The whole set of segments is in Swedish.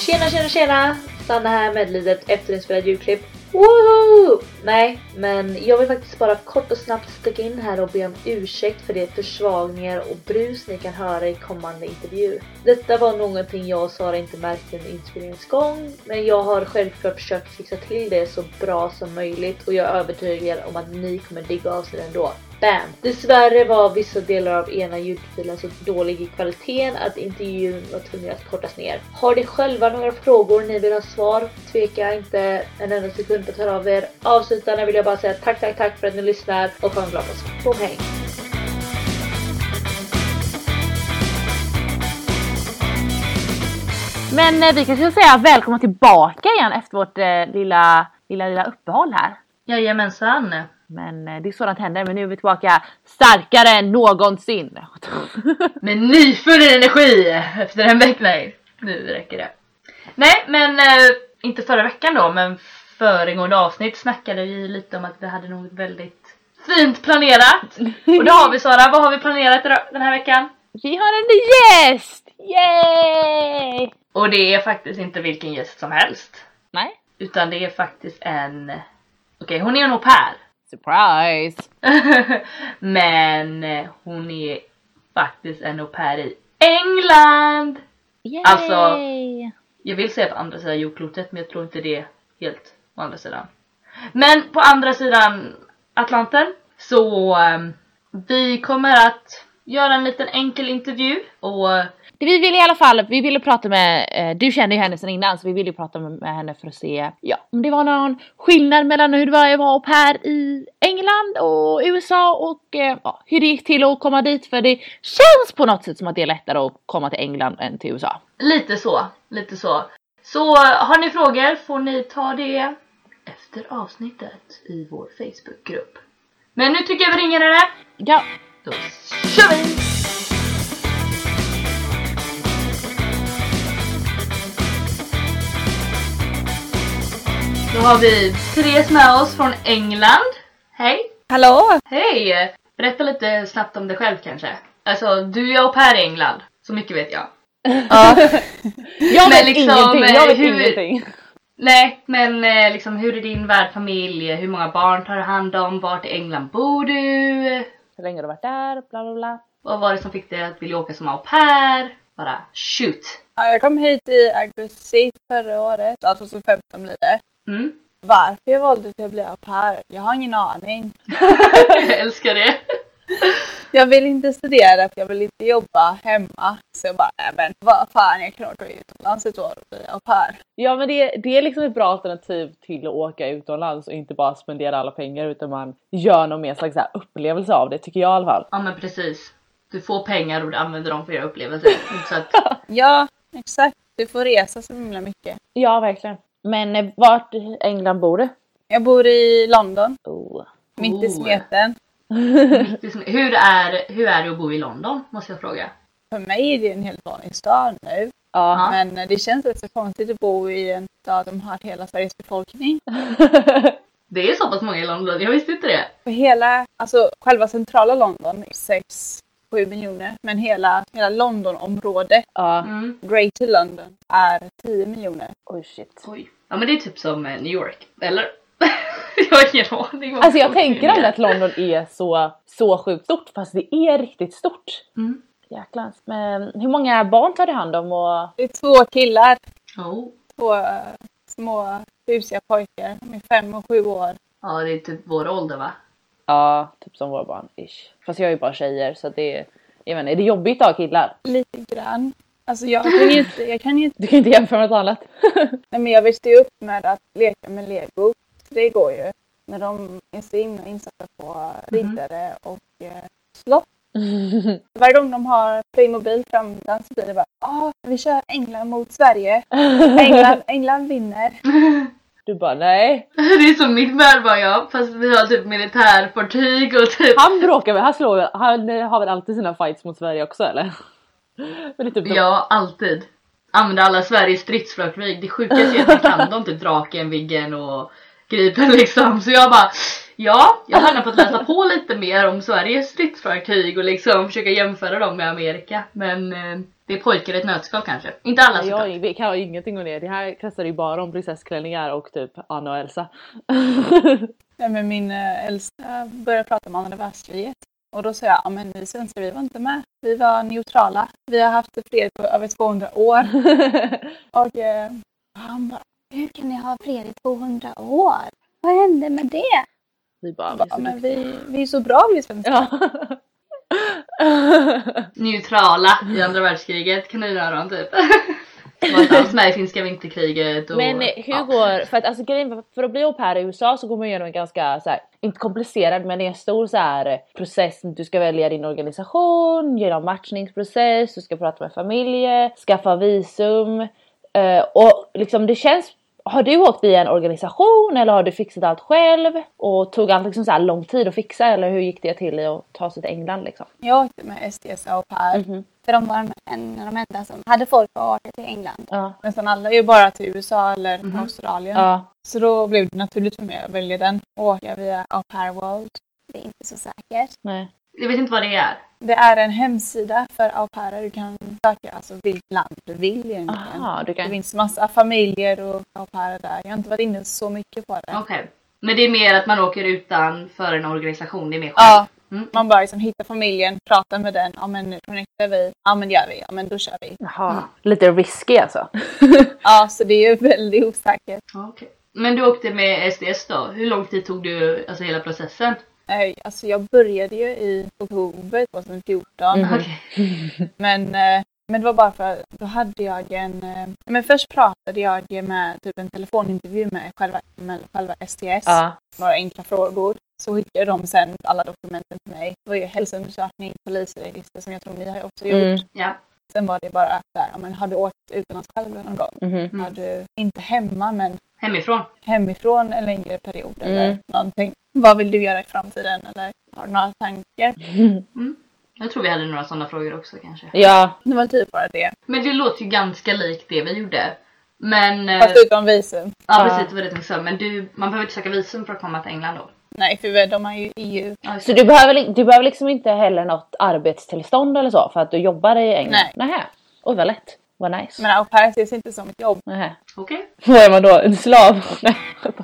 Tjena! Stanna här med ett litet efterinspelat ljudklipp. Woohoo! Nej, men jag vill faktiskt bara kort och snabbt sticka in här och be om ursäkt för de försvagningar och brus ni kan höra i kommande intervju. Detta var någonting jag och Sara inte märkte under inspelningens gång, men jag har självklart försökt fixa till det så bra som möjligt och jag är övertygad om att ni kommer digga av sig ändå. Bam! Dessvärre var vissa delar av ena ljudfilen så dålig i kvaliteten att intervjun var tvungen att kortas ner. Har ni själva några frågor ni vill ha svar? Tveka inte en enda sekund på att höra av er. Avslutande vill jag bara säga tack för att ni lyssnar och ha en glad påsk. Och hej! Men vi kanske ska säga välkomna tillbaka igen efter vårt lilla uppehåll här. Jajamensan! Men det är sådant händer, men nu är vi tillbaka starkare än någonsin. Med nyfull energi efter en vecka. Nej, nu räcker det. Nej, men inte förra veckan då, men föregående avsnitt snackade vi lite om att vi hade något väldigt fint planerat. Och det har vi, Sara. Vad har vi planerat den här veckan? Vi har en ny gäst! Yay! Och det är faktiskt inte vilken gäst som helst. Nej. Utan det är faktiskt Okej, hon är en au pair. Surprise! Men hon är faktiskt en au pair i England. Yay! Alltså, jag vill säga på andra sidan jordklotet, men jag tror inte det är helt på andra sidan. Men på andra sidan Atlanten. Så vi kommer att göra en liten enkel intervju. Och det vi ville i alla fall, vi ville prata med, du kände ju henne sedan innan, så vi ville prata med henne för att se om det var någon skillnad mellan hur det var att vara au pair i England och USA och hur det gick till att komma dit, för det känns på något sätt som att det är lättare att komma till England än till USA. Lite så. Så har ni frågor får ni ta det efter avsnittet i vår Facebookgrupp. Men nu tycker jag vi ringer henne. Ja. Då kör vi! Då har vi Therese med oss från England. Hej! Hallå! Hej! Berätta lite snabbt om dig själv kanske. Alltså, du är au pair i England. Så mycket vet jag. Ja. Jag vet ingenting. Nej, men liksom, hur är din värdfamilj? Hur många barn tar du hand om? Vart i England bor du? Hur länge har du varit där? Bla bla bla. Vad var det som fick dig att vilja åka som au pair? Bara shoot! Ja, jag kom hit i augusti förra året, alltså 2015 blir det. Mm. Varför jag valde att bli au pair? Jag har ingen aning. Jag älskar det. Jag vill inte studera, för jag vill inte jobba hemma. Så jag bara, men vad fan, jag kan åka utomlands ett år och bli au pair. Ja, men det är liksom ett bra alternativ till att åka utomlands och inte bara spendera alla pengar, utan man gör någon mer slags upplevelse av det, tycker jag i alla fall. Ja, men precis. Du får pengar och du använder dem för att göra upplevelser. Så att... Ja, exakt. Du får resa så himla mycket. Ja, verkligen. Men vart i England bor du? Jag bor i London. Mitt i Oh. smeten. Hur är det att bo i London, måste jag fråga? För mig är det en helt vanlig stad nu. Ja. Men det känns rätt så konstigt att bo i en stad som har hela Sveriges befolkning. Det är så pass många i London, jag visste inte det. För själva centrala London är 6-7 miljoner. Men hela Londonområdet, Greater London, är 10 miljoner. Oj, shit. Oj. Ja, men det är typ som New York, eller? Jag har ingen aning. Alltså jag tänker ändå att London är så sjukt stort, fast det är riktigt stort. Mm. Jäklar. Men hur många barn tar du hand om? Och... Det är 2 killar. Oh. 2 små busiga pojkar. De är 5 och 7 år. Ja, det är typ vår ålder, va? Ja, typ som våra barn. Ish. Fast jag är ju bara tjejer, så det jag menar, är det jobbigt att ha killar? Lite grann. Alltså jag kan ju inte... Du kan inte jämföra med något annat. Nej, men jag växte upp med att leka med Lego. Det går ju. När de är så insatta på riddare och slott. Varje gång de har Playmobil framdan så blir det bara vi kör England mot Sverige. England vinner. Du bara, nej. Det är som mitt värld bara, ja. Fast vi har typ militärfartyg och typ... Han bråkar med, han har väl alltid sina fights mot Sverige också, eller? Men det är typ ja, alltid. Använder alla Sveriges stridsflygplan. Det sjukaste är att kan de typ draken, Viggen och Gripen liksom. Så jag bara, Ja, jag har fått läsa på lite mer om Sveriges stridsfartyg och liksom försöka jämföra dem med Amerika. Men det är pojkar i ett nötskal kanske. Inte alla såklart. Vi kan ha ingenting om det. Det här kretsar ju bara om prinsessklänningar och typ Anna och Elsa. Ja, men min äldsta började prata om andra världskriget. Och då sa jag, ja men vi svenskar, vi var inte med. Vi var neutrala. Vi har haft fred på över 200 år. Och han bara, hur kan ni ha fred i 200 år? Vad hände med det? Vi bara, men vi är så bra, vi svenskar. Ja. Neutrala i andra världskriget, kaninöron typ. Var inte alls med i finska vinterkriget. Och, men hur går, för att alltså grejen, för att bli au pair i USA så går man igenom en ganska så här, inte komplicerad, men det är en stor så här process. Du ska välja din organisation, genom matchningsprocess, du ska prata med familjer, skaffa visum och liksom det känns. Har du åkt via en organisation eller har du fixat allt själv? Och tog allt liksom så här lång tid att fixa? Eller hur gick det till att ta sig till England liksom? Jag åkte med STS au pair. För de var en av de enda som hade folk att åka till England. Ja. Men sen alla är ju bara till USA eller Australien. Ja. Så då blev det naturligt för mig att välja den. Och åka via Au Pair World. Det är inte så säkert. Nej. Jag vet inte vad det är. Det är en hemsida för au pairer. Du kan söka alltså vilket land du vill egentligen. Aha, du kan. Det finns massa familjer och au pairer där. Jag har inte varit inne så mycket på det. Okej. Men det är mer att man åker utanför en organisation. Det är mer själv. Ja. Man bara liksom hittar familjen, pratar med den. Ja men nu connectar vi. Ja men gör vi. Ja men då kör vi. Jaha. Lite risky alltså. Ja så det är ju väldigt osäkert. Okej. Men du åkte med SDS då? Hur lång tid tog du alltså hela processen? Alltså jag började ju i oktober 2014. Men det var bara för att då hade jag men först pratade jag med typ en telefonintervju med själva STS. Några enkla frågor. Så skickade de sen alla dokumenten till mig. Det var ju hälsoundersökning, polisregister som jag tror ni har också gjort. Ja. Sen var det bara där, ja, men har du åkt utomlands själv någon gång? Har du inte hemma men hemifrån en längre period eller någonting? Vad vill du göra i framtiden eller har du några tankar? Jag tror vi hade några sådana frågor också kanske. Ja. Det var typ bara det. Men det låter ju ganska likt det vi gjorde. Men fast utan visum. Ja precis, det var det jag sa. Men man behöver inte söka visum för att komma till England då. Nej, för de är ju EU. Så du behöver liksom inte heller något arbetstillstånd eller så för att du jobbar i England? Nej. Oj vad lätt. Vad nice. Men au pair ses inte som ett jobb. Nej. Okej. Vad är man då? En slav? Nej.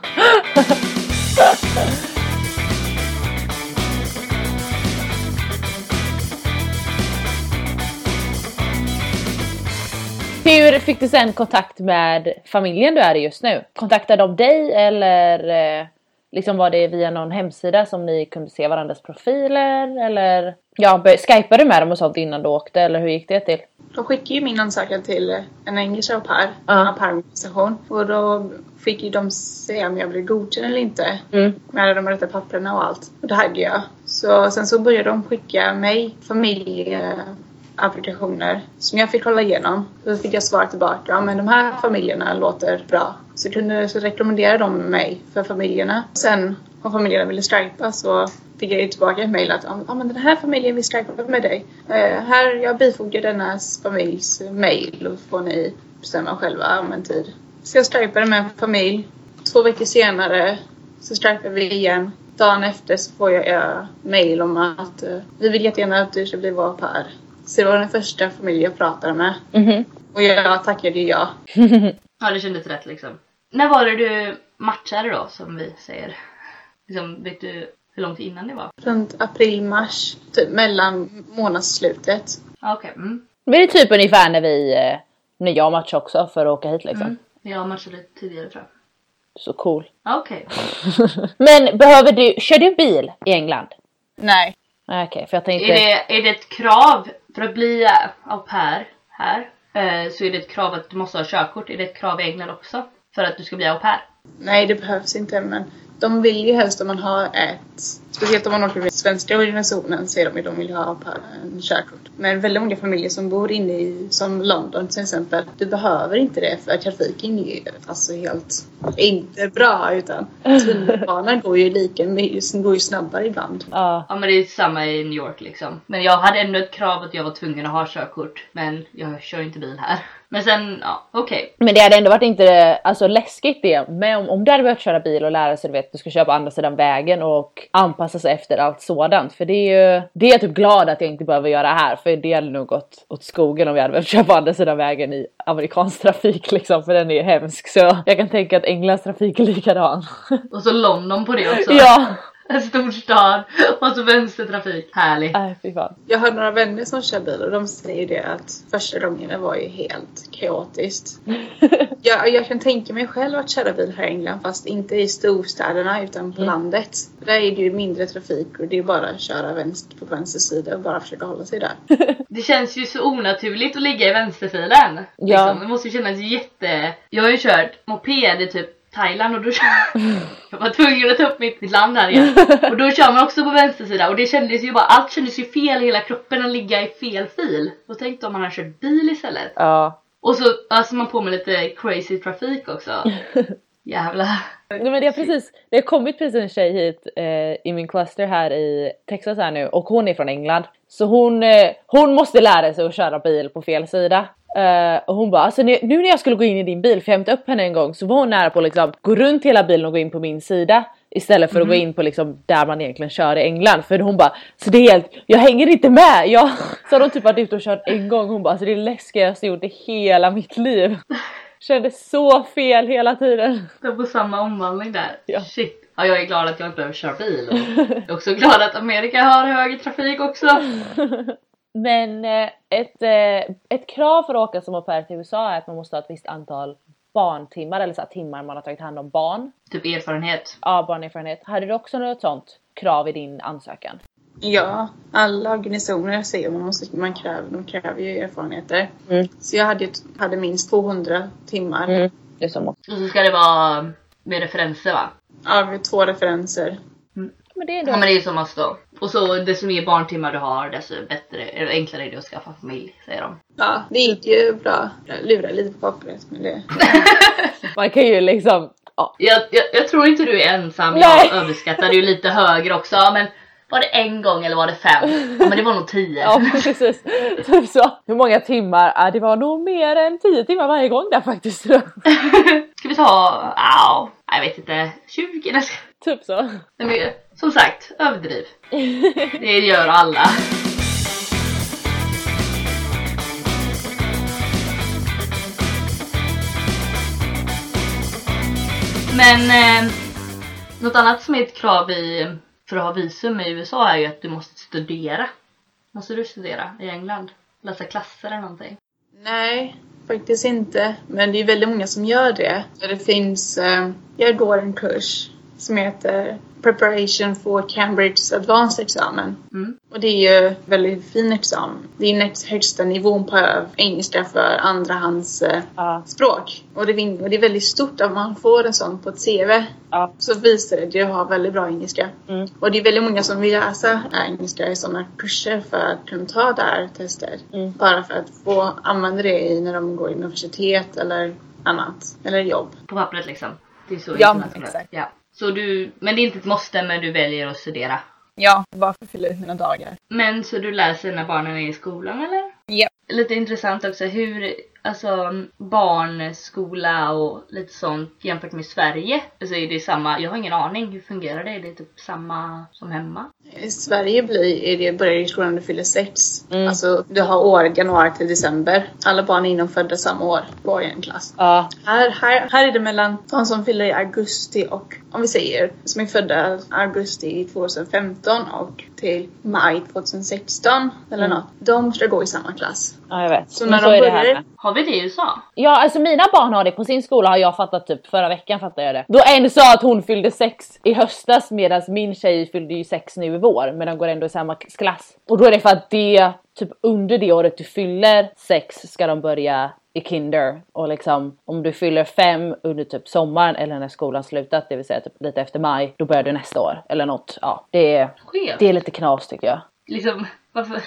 Hur fick du sen kontakt med familjen du är i just nu? Kontaktade de dig eller liksom var det via någon hemsida som ni kunde se varandras profiler? Eller skypade du med dem och sånt innan du åkte? Eller hur gick det till? De skickade ju min ansökan till en engelsk au pair, en au pair-organisation. Och då fick ju de se om jag blev godkänd eller inte. Med de rätta papperna och allt. Och det hade jag. Så sen så började de skicka mig familjeapplikationer som jag fick kolla igenom. Så fick jag svar tillbaka. Ja men de här familjerna låter bra. Så rekommenderade de mig för familjerna. Sen om familjerna ville stripa så fick jag tillbaka ett mejl att men den här familjen vill stripa med dig. Här jag bifogar denna familjs mejl och får ni bestämma själva om en tid. Så jag stripade med en familj. 2 veckor senare så stripade vi igen. Dagen efter så får jag mejl om att vi vill jättegärna att du ska bli vår au pair. Så det var den första familjen jag pratade med. Och jag tackade ja. Ja, det kändes rätt liksom. När var det du matchade då, som vi säger? Liksom, vet du hur långt innan det var? Runt april-mars, typ mellan månadsslutet. Okej. Men det är typ ungefär när jag matchade också för att åka hit liksom. Jag matchade lite tidigare tror jag. Så cool. Okej. Men kör du bil i England? Nej. Okej, för jag tänkte... Är det ett krav för att bli au pair här? Så är det ett krav att du måste ha körkort. Är det ett krav i England också? För att du ska bli au pair? Nej, det behövs inte. Men de vill ju helst om man har speciellt om man åker med svenska organisationen så är de vill ha en körkort. Men väldigt många familjer som bor inne i, som London till exempel, du behöver inte det för trafiken är ju alltså helt inte bra utan tunnelbanan går ju går ju snabbare ibland. Ja, men det är samma i New York liksom. Men jag hade ändå ett krav att jag var tvungen att ha körkort. Men jag kör inte bil här. Men sen, okej. Men det hade ändå varit inte läskigt det. Men om du hade börjat köra bil och lära sig du ska köpa andra sidan vägen och anpassa sig efter allt sådant. För det är jag typ glad att jag inte behöver göra här, för det hade nog gått åt skogen om jag hade behövt köpa andra sidan vägen i amerikansk trafik liksom, för den är hemsk. Så jag kan tänka att Englands trafik är likadan. Och så London på det också. Ja. En stor stad och så vänstertrafik. Härligt. Fy fan. Jag har några vänner som kör bil och de säger det att första gången var ju helt kaotiskt. Jag kan tänka mig själv att köra bil här i England, fast inte i storstäderna utan på landet. Där är det ju mindre trafik och det är bara att köra på vänster sida och bara försöka hålla sig där. Det känns ju så onaturligt att ligga i vänsterfilen. Ja. Liksom. Det måste ju kännas Jag har ju kört moped i typ Thailand och då jag var tvungen att ta upp mitt land här igen. Och då kör man också på vänster sida och det kändes ju bara, allt kändes ju fel i hela kroppen att ligga i fel fil. Och tänkte om man hade kört bil istället. Ja. Och så öser man på med lite crazy trafik också. Jävlar. Nej, men det har kommit precis en tjej hit i min cluster här i Texas här nu, och hon är från England. Så hon måste lära sig att köra bil på fel sida. Och hon bara, alltså nu när jag skulle gå in i din bil, för jag hämtade upp henne en gång, så var hon nära på liksom gå runt hela bilen och gå in på min sida istället för att gå in på liksom där man egentligen kör i England. För hon bara, så det är helt, jag hänger inte med. Så har hon typ varit ute och kört en gång. Hon bara, så det är läskigaste jag gjort i hela mitt liv. Kändes så fel hela tiden. Jag på samma omvandling där. Ja. Shit. Ja, jag är glad att jag inte behöver köra bil. Och jag är också glad att Amerika har hög trafik också. Men ett krav för att åka som au pair till USA är att man måste ha ett visst antal barntimmar, eller så här timmar man har tagit hand om barn. Typ erfarenhet. Ja, barnerfarenhet. Hade du också något sånt krav i din ansökan? Ja, alla organisationer säger de kräver ju erfarenheter. Så jag hade minst 200 timmar. Det är som också. Och så ska det vara med referenser, va? Ja, vi har 2 referenser. Men det är Ja, men det är ju som måste då. Och så desto mer barntimmar du har, desto bättre, eller enklare är det att skaffa familj, säger de. Ja, det gick ju bra. Jag lurade lite på pappret med det. Man kan ju liksom... Ja. Jag tror inte du är ensam. Nej. Jag överskattade ju lite högre också. Men var det 1 gång eller var det 5? Ja, men det var nog 10. Ja, precis. Typ så. Hur många timmar? Det var nog mer än 10 timmar varje gång där faktiskt. Ska vi ta... jag vet inte. 20 nästa. Typ så. Men som sagt, överdriv. Det gör alla. Men något annat som är ett krav för att ha visum i USA är ju att du måste studera. Måste du studera i England? Läsa klasser eller någonting? Nej, faktiskt inte. Men det är väldigt många som gör det. Det finns, jag går en kurs som heter Preparation for Cambridge Advanced Examen. Och det är ju väldigt fin examen. Det är näst högsta nivån på engelska för andrahands språk. Och det är väldigt stort att man får en sån på ett CV. Så visar det att jag har väldigt bra engelska. Och det är väldigt många som vill läsa engelska i sådana kurser för att kunna ta det här testet. Bara för att få använda det när de går i universitet eller annat. Eller jobb. På pappret liksom. Det är så exakt. Ja. Så men det är inte ett måste, men du väljer att studera. Ja, bara för att fylla ut mina dagar. Men så du läser när barnen är i skolan, eller? Ja. Lite intressant också hur, alltså barnskola och lite sånt jämfört med Sverige. Alltså är det samma, jag har ingen aning, hur fungerar det? Är det typ samma som hemma? I Sverige börjar i skolan när du fyller 6. Alltså du har år januari till december. Alla barn är födda samma år går i en klass. Här är det mellan de som fyller i augusti och, om vi säger, som är födda augusti 2015 och till maj 2016 eller något. De ska gå i samma klass. Ja, jag vet. Så men när så de är det börjar... här med. Har vi det i USA? Ja, alltså mina barn har det på sin skola, har jag fattat typ förra veckan fattade jag det. Då en sa att hon fyllde 6 i höstas medan min tjej fyllde ju 6 nu i vår, men de går ändå i samma klass. Och då är det för att det typ under det året du fyller 6 ska de börja i kinder, och liksom om du fyller 5 under typ sommaren eller när skolan slutat, det vill säga typ lite efter maj, då börjar du nästa år eller något. Ja, det är lite knas tycker jag. Liksom, varför?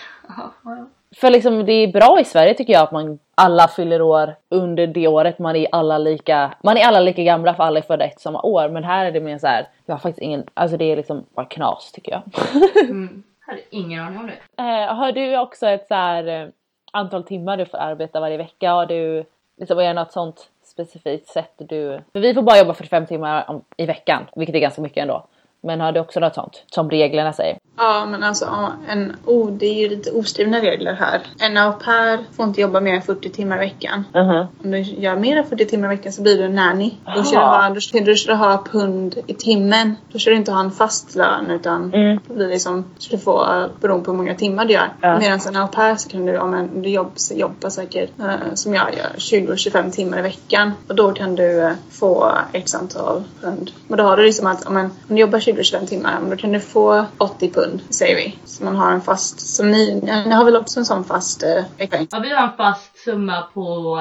För liksom det är bra i Sverige tycker jag att man alla fyller år under det året, man är alla lika gamla för alla är födda ett samma år, men här är det mer så här, jag har faktiskt ingen, alltså det är liksom bara knas tycker jag. Hade ingen aning om det. Har du också ett så här antal timmar du får arbeta varje vecka? Har du liksom, är det något sånt specifikt sätter du... För vi får bara jobba 45 timmar i veckan, vilket är ganska mycket ändå. Men har du också något sånt, som reglerna säger? Ja, men alltså det är ju lite oskrivna regler här. En au pair får inte jobba mer än 40 timmar i veckan. Om du gör mer än 40 timmar i veckan så blir du en nanny. Då ska du ha pund i timmen. Då ska du inte ha en fast lön, utan då blir det som ska du få beroende på hur många timmar du gör. Medan en au pair så kan du, om du jobbar säkert som jag gör, 20-25 timmar i veckan. Och då kan du få x antal pund. Men då har du liksom att om du jobbar 20-25 timmar, då kan du få 80 pund, säger vi. Så man har en fast, som ni har väl också en sån fast ekvation? Ja, vi har en fast summa på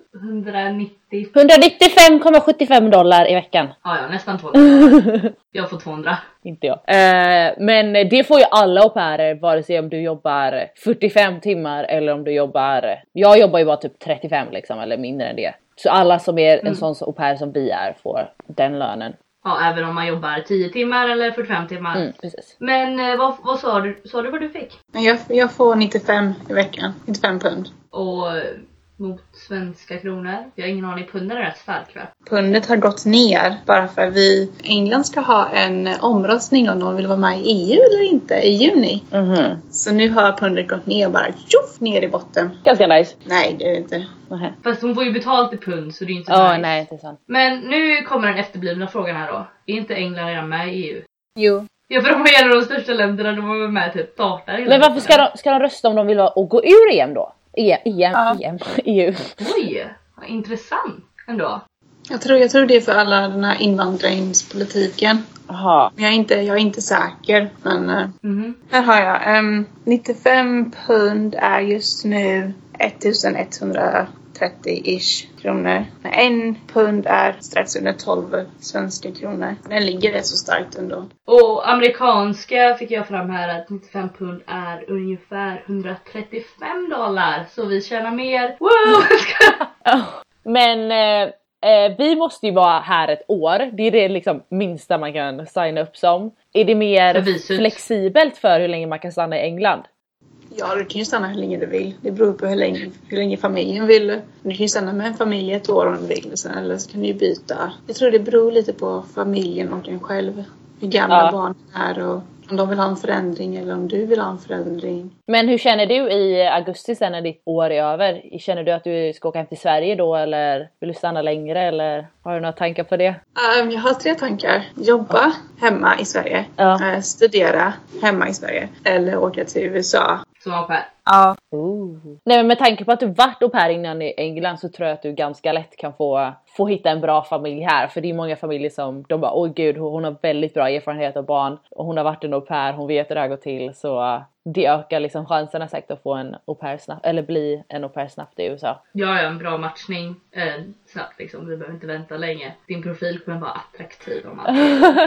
195,75 dollar i veckan. Ja, nästan 200. Jag får 200. Inte jag. Men det får ju alla au pairer, vare sig om du jobbar 45 timmar eller om du jobbar... Jag jobbar ju bara typ 35 liksom, eller mindre än det. Så alla som är en sån au pair som vi är får den lönen. Ja, även om man jobbar 10 timmar eller 45 timmar. Precis. Men vad sa du? Sa du vad du fick? Jag får 95 i veckan. 95 pund. Och mot svenska kronor? Jag har ingen aning, punden är rätt stark, va? Pundet har gått ner bara för att England ska ha en omröstning om de vill vara med i EU eller inte i juni. Så nu har pundet gått ner bara ner i botten. Ganska nice. Nej, det är det inte. Fast hon får ju betalt i pund, så det är inte nice. Nej, det är sant. Men nu kommer den efterblivna frågan här då. Är inte England redan med i EU? Jo. Ja, för de är en av de största länderna, de var med typ startar. Men varför ska de rösta om de vill gå ur EM då? EU. Oj, vad intressant ändå. Jag tror det är för alla den här invandringspolitiken. Aha. Jag är inte säker, men här har jag 95 pund är just nu 1130-ish kronor. En pund är strax under 12 svenska kronor. Den ligger rätt så starkt ändå. Och amerikanska fick jag fram här att 95 pund är ungefär 135 dollar. Så vi tjänar mer. Wow! Men vi måste ju vara här ett år. Det är det liksom minsta man kan signa upp som. Är det mer flexibelt för hur länge man kan stanna i England? Ja, du kan ju stanna hur länge du vill. Det beror på hur länge familjen vill. Du kan ju stanna med en familj ett år om du vill. Eller så kan du ju byta. Jag tror det beror lite på familjen och en själv. Hur gamla barnen är och om de vill ha en förändring eller om du vill ha en förändring. Men hur känner du i augusti sen när ditt år är över? Känner du att du ska åka hem till Sverige då eller vill du stanna längre eller har du några tankar på det? Jag har 3 tankar. Jobba hemma i Sverige. Studera hemma i Sverige. Eller åka till USA. Som au pair. Ja. Nej, men med tanke på att du varit au pair innan i England så tror jag att du ganska lätt kan få hitta en bra familj här. För det är många familjer som de bara, åh gud, hon har väldigt bra erfarenhet av barn. Och hon har varit en au pair, hon vet hur det här går till. Så det ökar liksom chanserna säkert att få en au pair snabbt, eller bli en au pair snabbt i USA. Ja, en bra matchning snabbt liksom. Vi behöver inte vänta länge. Din profil kommer vara attraktiv om allt.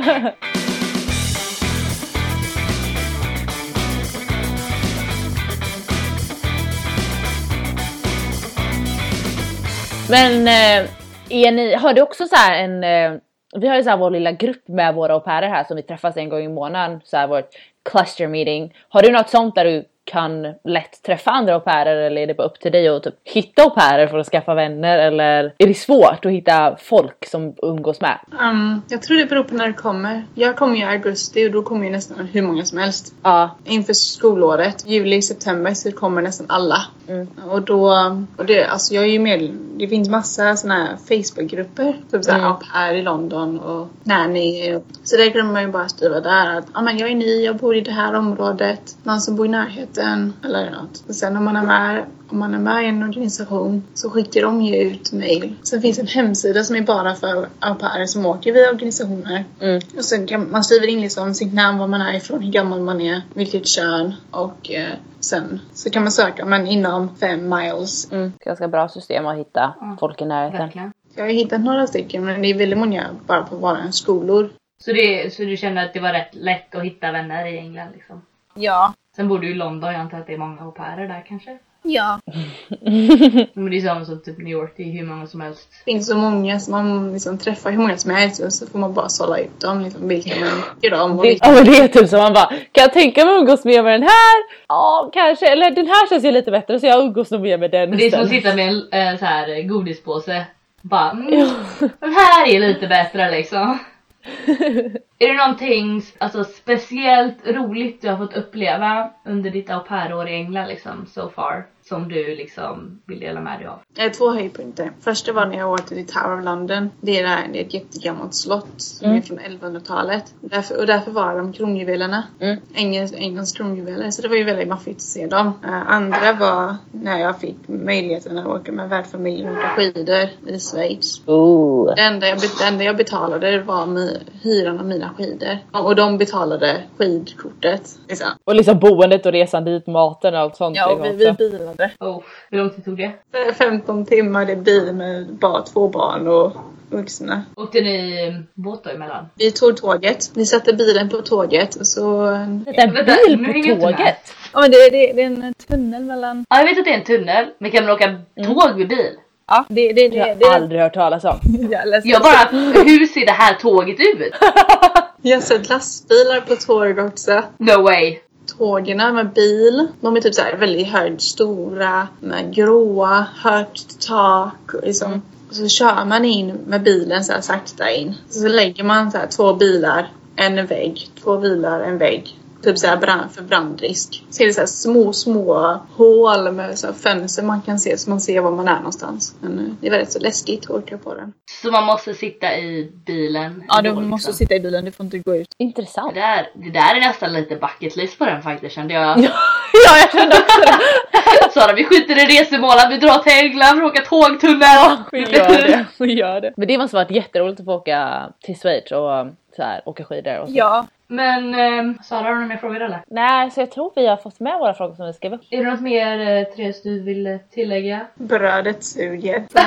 Men har du också så här vi har ju så här vår lilla grupp med våra au pairer här som vi träffas en gång i månaden, så här vårt cluster meeting. Har du något sånt där du kan lätt träffa andra au pairer eller är det bara upp till dig att typ hitta au pairer för att skaffa vänner eller är det svårt att hitta folk som umgås med? Jag tror det beror på när det kommer. Jag kommer ju i augusti och då kommer ju nästan hur många som helst. Ja. Inför skolåret, juli, september så kommer nästan alla. Och det, alltså jag är ju med, det finns massa såna här Facebookgrupper typ såhär au pair i London och nanny. Så där kan man ju bara skriva där att men jag är ny, jag bor i det här området. Någon som bor i närheten eller något. Och sen om man är med i en organisation så skickar de ju ut mejl. Sen finns en hemsida som är bara för au pair som åker via organisationer. Och sen kan man skriva in liksom sitt namn, var man är ifrån, hur gammal man är, vilket kön och sen så kan man söka men inom 5 miles. Ganska bra system att hitta folk i närheten. Verkligen. Jag har hittat några stycken men det är väldigt många bara på våra skolor. Så du känner att det var rätt lätt att hitta vänner i England liksom? Ja. Sen bor du i London, jag antar att det är många au pairer där kanske? Ja. Men det är samma som typ New York, det är hur många som helst. Det finns så många som man liksom träffar hur många som helst och så får man bara sålla ut dem, liksom, vilka man tycker om. Och ja, men det är typ som man bara, kan jag tänka mig umgås med den här? Ja, kanske, eller den här känns ju lite bättre så jag umgås nog mer med den. Det är som att sitta med en så här godispåse. Bara, den här är lite bättre liksom. Är det någonting alltså, speciellt roligt du har fått uppleva under ditt au pair-år i England liksom, so far? Som du liksom vill dela med dig av? 2 höjdpunkter. Första var när jag åkte till Tower of London. Det är ett jättegammalt slott som är från 1100-talet. Därför var de kronjuvelerna. Englands kronjuveler. Så det var ju väldigt maffigt att se dem. Andra var när jag fick möjligheten att åka med värdfamiljen och åka skidor i Schweiz. Det enda jag betalade var hyran av mina skidor. Och de betalade skidkortet. Liksom. Och liksom boendet och resan dit, maten och allt sånt. Ja, och vi bilade. Hur lång tid tog det? 15 timmar, det blir med bara 2 barn och vuxna. Åkte ni båt då emellan? Vi tog tåget. Vi satte bilen på tåget och så... Det är en bil på tåget? Ja, men det är en tunnel mellan... Ja, jag vet att det är en tunnel. Men kan man åka tåg med bil? Ja, det jag har aldrig hört talas om. Jag bara, hur ser det här tåget ut? Jag har sett lastbilar på tåg också. No way. Tågerna med bil, de är typ så här väldigt högt stora, med gråa, högt tak liksom. Och så kör man in med bilen så här sakta in. Så lägger man så här 2 bilar, en vägg, 2 bilar, en vägg. Typ så här för brandrisk. Så är det så här små hål med så här fönster man kan se, så man ser var man är någonstans. Men det är väldigt så läskigt att åka på den. Så man måste sitta i bilen? Ja, du måste sitta i bilen, du får inte gå ut. Intressant. Det där är nästan lite bucket list på den faktiskt, kände jag. Ja, jag kände också det. Sara, vi skjuter i resemål, vi drar till England, vi åker tågtunnel. Ja, vi gör det. Men det måste varit jätteroligt att få åka till Schweiz och så här, åka skidor och så. Ja. Men Sara, har du några mer frågor eller? Nej, så jag tror vi har fått med våra frågor som vi skrev upp. Är det något mer Therese du vill tillägga? Brödet suger. Det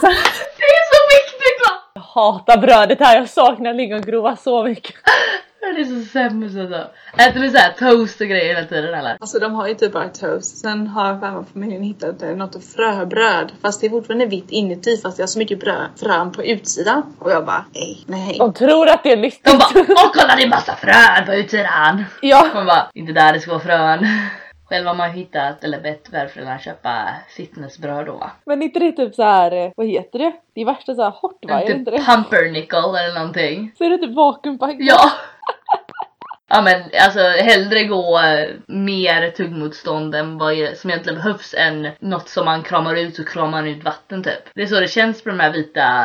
är så viktigt va? Jag hatar brödet här, jag saknar lingongrova så mycket. Det är så sämst alltså. Äter du så här toast och grejer hela tiden eller? Alltså de har ju typ bara toast. Sen har familjen hittat något fröbröd. Fast det är fortfarande vitt inuti. Fast det har så mycket frön på utsidan. Och jag bara, nej. De tror att det är nyttigt. De bara, åh kolla det är massa frön på utsidan. Ja. Man bara, inte där det ska vara frön. Själv har man hittat eller bett värdföräldrarna köpa fitnessbröd då va? Men inte det typ så här, vad heter det? Det är värsta så här hot va? Typ pumpernickel eller någonting. Så är det typ vakuumpackat. Ja. Ja men alltså hellre gå mer tuggmotstånd än vad som egentligen behövs än något som man kramar ut och kramar ut vatten typ. Det är så det känns på de här vita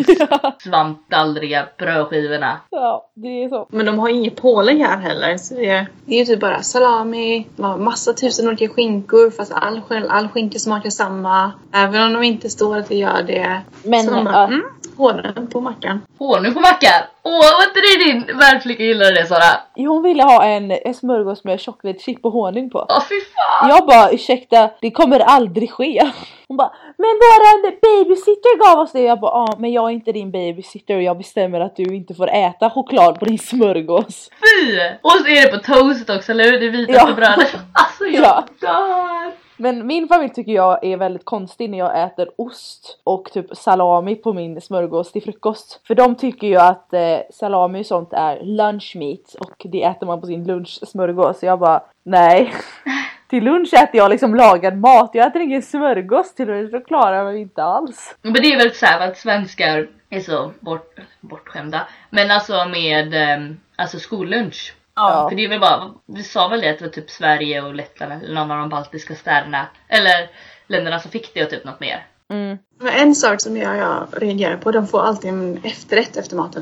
svampdallriga brödskivorna. Ja, det är så. Men de har inget pålägg här heller. Så det är ju typ bara salami, massa 1000 olika skinkor. Fast all skinka smakar samma. Även om de inte står att det gör det. Men så de bara, honung på mackan. Honung på mackan? Åh, var inte det din värdflicka gillade det Sara? Jo, hon ville ha en smörgås med choklad chip och honung på. Åh fy fan! Jag bara, ursäkta, det kommer aldrig ske. Hon bara, men våran babysitter gav oss det. Jag bara, ja, men jag är inte din babysitter och jag bestämmer att du inte får äta choklad på din smörgås. Fy! Och så är det på toast också, eller hur? Det vitaste brödet. Alltså jag dör! Men min familj tycker jag är väldigt konstig när jag äter ost och typ salami på min smörgås till frukost. För de tycker ju att salami och sånt är lunchmeat och det äter man på sin lunchsmörgås. Så jag bara, nej. Till lunch äter jag liksom lagad mat. Jag äter ingen smörgås till lunch, så klarar jag mig inte alls. Men det är väl så här att svenskar är så bortskämda. Men alltså med alltså skollunch. Ja. För det är väl bara, vi sa väl det att det var typ Sverige och Lettland eller någon av de baltiska städerna. Eller länderna som fick det och typ något mer. Men en sak som jag reagerar på, de får alltid en efterrätt efter maten.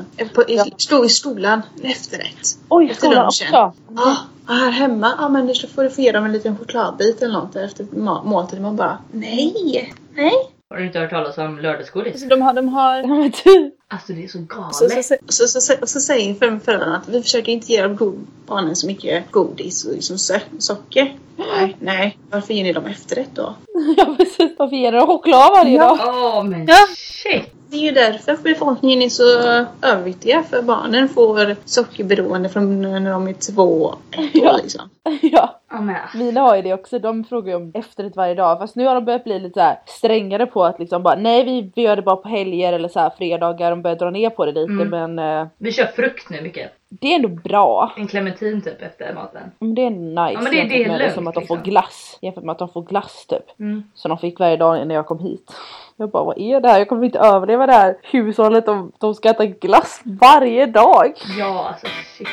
I skolan, efterrätt. Oj, efter skolan lunchen. Också. Ja, här hemma, men då får du få ge dem en liten chokladbit eller något efter måltiden. Man bara, nej. Har du inte hört talas om lördagsgodis? Alltså, de har... Alltså det är så galet. Så säger föräldrarna att vi försöker inte ge barnen så mycket godis och liksom socker. Nej. Varför ger ni dem efterrätt då? Ja precis, varför ger ni dem choklad varje dag? Men shit. Det är ju därför befolkningen är så överviktiga. För barnen får sockerberoende från när de är 2 år liksom. Ja. Mina har ju det också. De frågar ju om efterrätt varje dag. Fast nu har de börjat bli lite så här strängare på att liksom bara, nej vi gör det bara på helger eller så här fredagar. De börjar dra ner på det lite men... Vi kör frukt nu mycket. Det är ändå bra. En clementin typ efter maten. Men det är nice. Ja, men det är lugnt, som att de liksom. får glass. Jämfört med att de får glass typ. Som de fick varje dag när jag kom hit. Jag bara, vad är det här? Jag kommer inte överleva det här hushållet om de ska äta glass varje dag. Ja, alltså shit.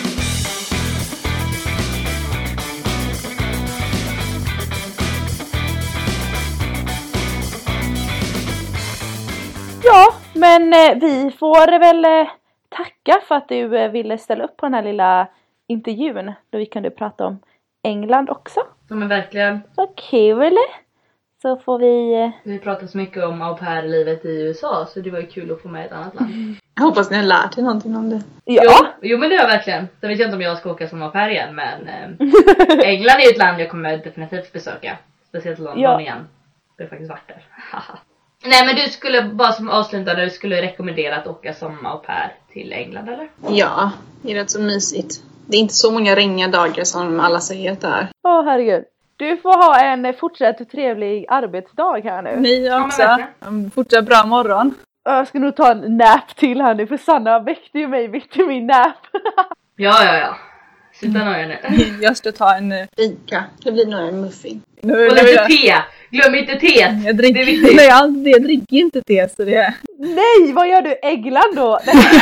Ja, men vi får väl tacka för att du ville ställa upp på den här lilla intervjun. Då vi kunde prata om England också. Ja, men verkligen. Så kul. Så får vi... Vi pratar så mycket om au pair-livet i USA, så det var ju kul att få med ett annat land. Jag hoppas ni har lärt er någonting om det. Ja. Jo, men det är verkligen. Jag vet inte om jag ska åka som au pair igen, men England är ett land jag kommer definitivt besöka. Speciellt London igen. Det är faktiskt varit där. Nej, men du skulle bara som avslutande, du skulle rekommendera att åka som au pair till England, eller? Ja, det är rätt så mysigt. Det är inte så många regniga dagar som alla säger att det är. Åh, herregud. Du får ha en fortsatt trevlig arbetsdag här nu. Ni också. Fortsatt bra morgon. Jag ska nog ta en nap till här nu, för Sanna väckte ju mig mitt i min nap. Ja. Sluta nöja nu. Jag ska ta en... Fika. Det blir nog en muffin. Och lite te. Glöm inte te. Jag dricker, jag dricker inte te, så det är... Nej, vad gör du? England då?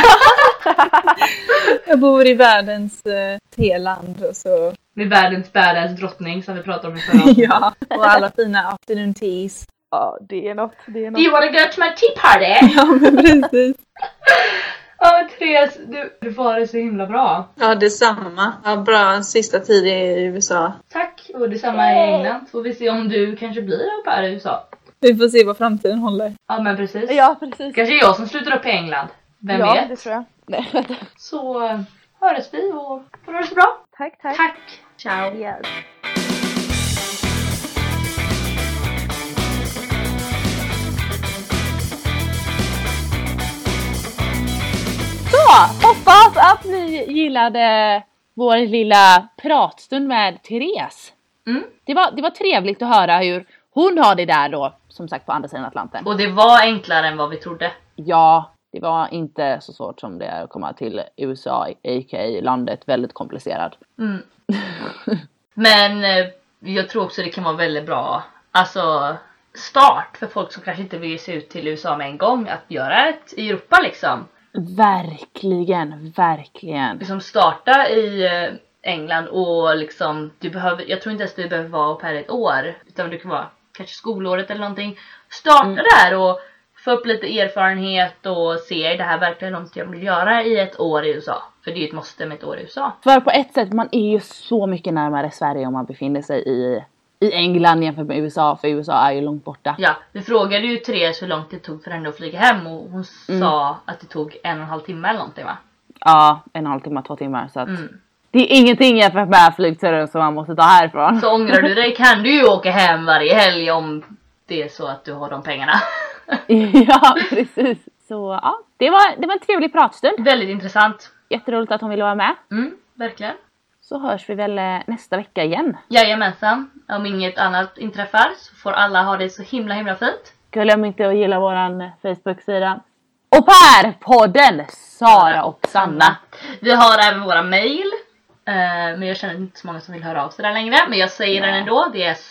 Jag bor i världens teland och så... Med världens badass drottning som vi pratade om i förra. Ja, och alla fina afternoon teas. Ja, det är något. Do you wanna go to my tea party? Ja, men precis. Ja, men Therese, du får det så himla bra. Ja, detsamma. Ja, bra sista tid i USA. Tack, och detsamma i England. Får vi se om du kanske blir au pair i USA. Vi får se vad framtiden håller. Ja, men precis. Ja, precis. Kanske jag som slutar upp i England. Vem vet? Ja, det tror jag. Nej, vänta. Så hörs vi och får det så bra. Tack. Tack. Ciao. Yes. Så, hoppas att ni gillade vår lilla pratstund med Therese. Mm. Det var trevligt att höra hur hon har det där då, som sagt, på andra sidan Atlanten. Och det var enklare än vad vi trodde. Ja, det var inte så svårt som det är att komma till USA, a.k.a. landet, väldigt komplicerad. Mm. Men jag tror också det kan vara väldigt bra, alltså start för folk som kanske inte vill se ut till USA med en gång, att göra ett i Europa liksom. Verkligen. Liksom starta i England och liksom jag tror inte ens du behöver vara per ett år, utan du kan vara kanske skolåret eller någonting. Starta där och få upp lite erfarenhet och se, är det här verkligen något jag vill göra i ett år i USA? För det är ju ett måste med ett år i USA. För på ett sätt, man är ju så mycket närmare Sverige om man befinner sig i England jämfört med USA. För USA är ju långt borta. Ja, vi frågade ju Therese hur långt det tog för henne att flyga hem. Och hon sa att det tog 1,5 timme eller någonting, va? Ja, 1,5 timme, 2 timmar. Så att det är ingenting jämfört med flygturen som man måste ta härifrån. Så ångrar du dig kan du ju åka hem varje helg om det är så att du har de pengarna. Ja, precis. Så ja, det var en trevlig pratstund. Väldigt intressant. Jätteroligt att hon ville vara med. Verkligen. Så hörs vi väl nästa vecka igen. Jajamensan. Om inget annat inträffar så får alla ha det så himla fint. Glöm inte att gilla våran Facebook-sida. Au pair-podden Sara och Sanna. Vi har även våra mail. Men jag känner inte så många som vill höra av sig där längre. Men jag säger den ändå. Det är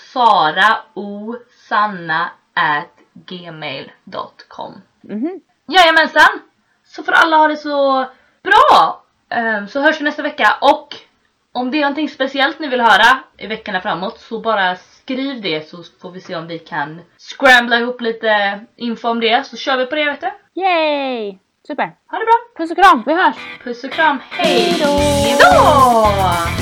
saraosanna@gmail.com. Jajamensan. Så får alla ha det så bra. Så hörs vi nästa vecka. Och om det är någonting speciellt ni vill höra i veckorna framåt, så bara skriv det, så får vi se om vi kan scrambla ihop lite info om det. Så kör vi på det, vet du. Yay! Super! Ha det bra! Puss och kram, vi hörs! Puss och kram, hej! Hejdå! Hejdå!